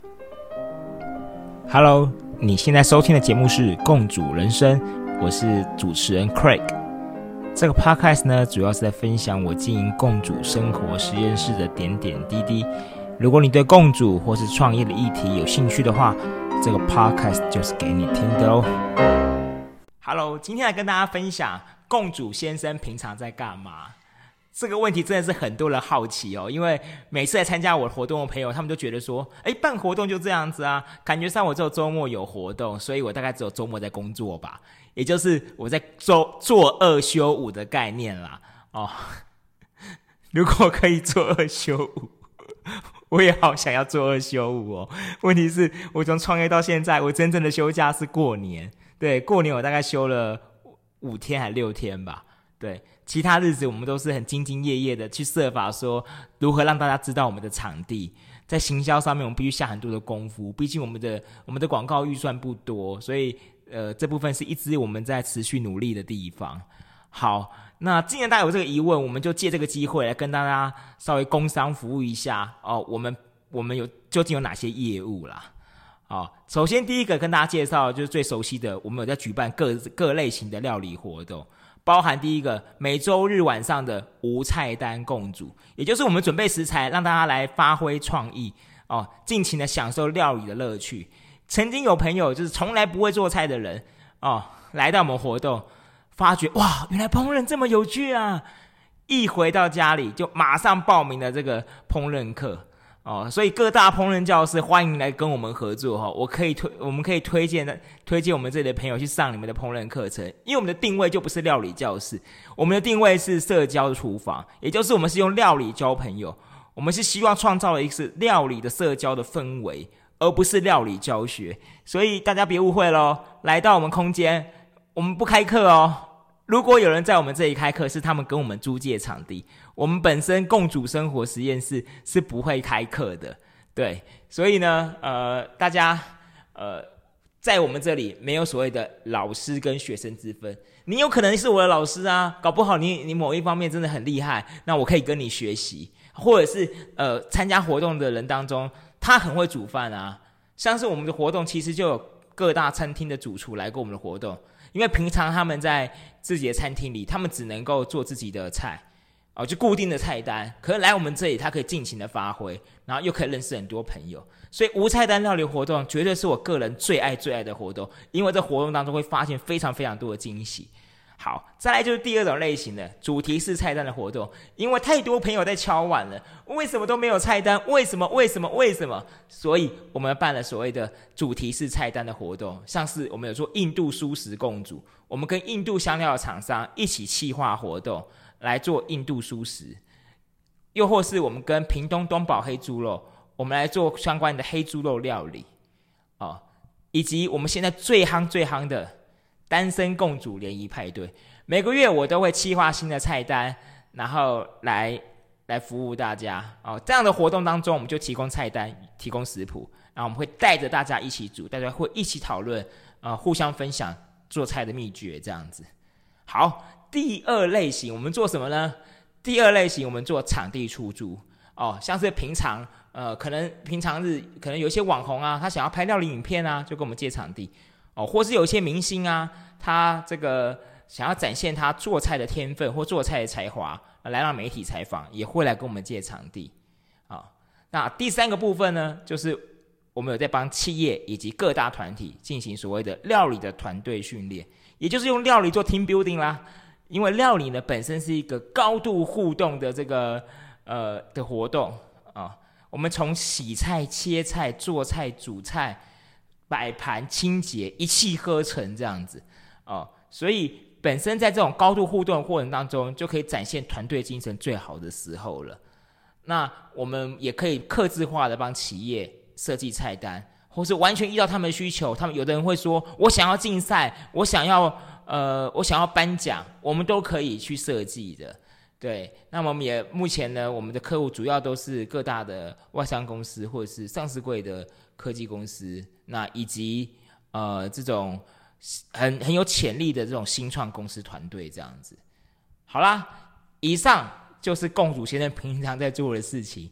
Hello， 你现在收听的节目是共主人生，我是主持人 Craig。这个 podcast 呢，主要是在分享我经营共主生活实验室的点点滴滴。如果你对共主或是创业的议题有兴趣的话，这个 podcast 就是给你听的哦。Hello， 今天来跟大家分享共主先生平常在干嘛。这个问题真的是很多人好奇哦，因为每次来参加我活动的朋友，他们都觉得说，办活动就这样子啊，感觉上我只有周末有活动，所以我大概只有周末在工作吧，也就是我在做2休5的概念啦。哦，如果可以做2休5，我也好想要做2休5哦。问题是我从创业到现在，我真正的休假是过年，对，过年我大概休了5天还6天吧，对。其他日子我们都是很兢兢业业的去设法说如何让大家知道我们的场地，在行销上面我们必须下很多的功夫，毕竟我们的广告预算不多，所以这部分是一直我们在持续努力的地方。好，那既然大家有这个疑问，我们就借这个机会来跟大家稍微工商服务一下哦，我们究竟有哪些业务啦。首先第一个跟大家介绍就是最熟悉的，我们有在举办各类型的料理活动，包含第一个每周日晚上的无菜单共煮，也就是我们准备食材让大家来发挥创意尽情的享受料理的乐趣。曾经有朋友就是从来不会做菜的人来到我们活动，发觉哇，原来烹饪这么有趣啊，一回到家里就马上报名了这个烹饪课所以各大烹饪教室欢迎来跟我们合作我们可以推荐我们这里的朋友去上你们的烹饪课程，因为我们的定位就不是料理教室，我们的定位是社交厨房，也就是我们是用料理交朋友，我们是希望创造了一个料理的社交的氛围，而不是料理教学。所以大家别误会咯，来到我们空间我们不开课哦，如果有人在我们这里开课，是他们跟我们租借场地，我们本身共主生活实验室是不会开课的，对，所以呢，大家在我们这里没有所谓的老师跟学生之分，你有可能是我的老师啊，搞不好你某一方面真的很厉害，那我可以跟你学习，或者是参加活动的人当中，他很会煮饭啊，像是我们的活动其实就有各大餐厅的主厨来过我们的活动。因为平常他们在自己的餐厅里，他们只能够做自己的菜就固定的菜单，可是来我们这里他可以尽情的发挥，然后又可以认识很多朋友，所以无菜单料理活动绝对是我个人最爱的活动，因为这活动当中会发现非常非常多的惊喜。好，再来就是第二种类型的主题式菜单的活动，因为太多朋友在敲碗了，为什么都没有菜单？为什么？所以我们办了所谓的主题式菜单的活动，像是我们有做印度蔬食共煮，我们跟印度香料的厂商一起企划活动来做印度蔬食，又或是我们跟屏东东宝黑猪肉，我们来做相关的黑猪肉料理以及我们现在最夯的单身共煮联谊派对，每个月我都会企划新的菜单，然后来服务大家这样的活动当中，我们就提供菜单，提供食谱，然后我们会带着大家一起煮，大家会一起讨论互相分享做菜的秘诀，这样子。好，第二类型我们做什么呢？第二类型我们做场地出租像是平常可能平常日可能有一些网红啊，他想要拍料理影片啊，就跟我们借场地或是有一些明星啊，他这个想要展现他做菜的天分或做菜的才华，来让媒体采访，也会来跟我们借场地那第三个部分呢，就是我们有在帮企业以及各大团体进行所谓的料理的团队训练，也就是用料理做 team building 啦。因为料理呢本身是一个高度互动的这个的活动我们从洗菜、切菜、做菜、煮菜、摆盘、清洁一气呵成这样子所以本身在这种高度互动的过程当中，就可以展现团队精神最好的时候了。那我们也可以客制化的帮企业设计菜单，或是完全依照他们的需求，他们有的人会说我想要竞赛，我想要颁奖，我们都可以去设计的。对，那么我们也目前呢，我们的客户主要都是各大的外商公司或者是上市柜的科技公司，那以及这种很有潜力的这种新创公司团队这样子。好啦，以上就是共主先生平常在做的事情。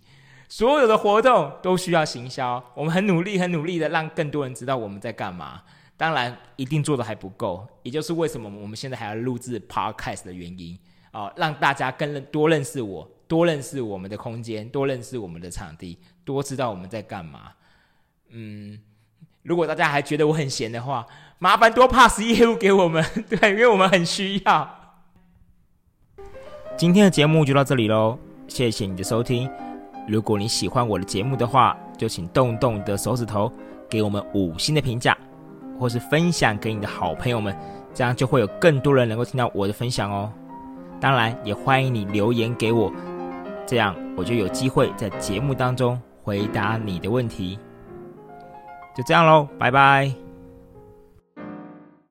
所有的活动都需要行销，我们很努力的让更多人知道我们在干嘛。当然一定做的还不够，也就是为什么我们现在还要录制 podcast 的原因让大家更多认识我，多认识我们的空间，多认识我们的场地，多知道我们在干嘛。如果大家还觉得我很闲的话，麻烦多 pass 业务给我们，对，因为我们很需要。今天的节目就到这里咯，谢谢你的收听。如果你喜欢我的节目的话，就请动动你的手指头给我们5星的评价，或是分享给你的好朋友们，这样就会有更多人能够听到我的分享哦。当然也欢迎你留言给我，这样我就有机会在节目当中回答你的问题。就这样咯，拜拜。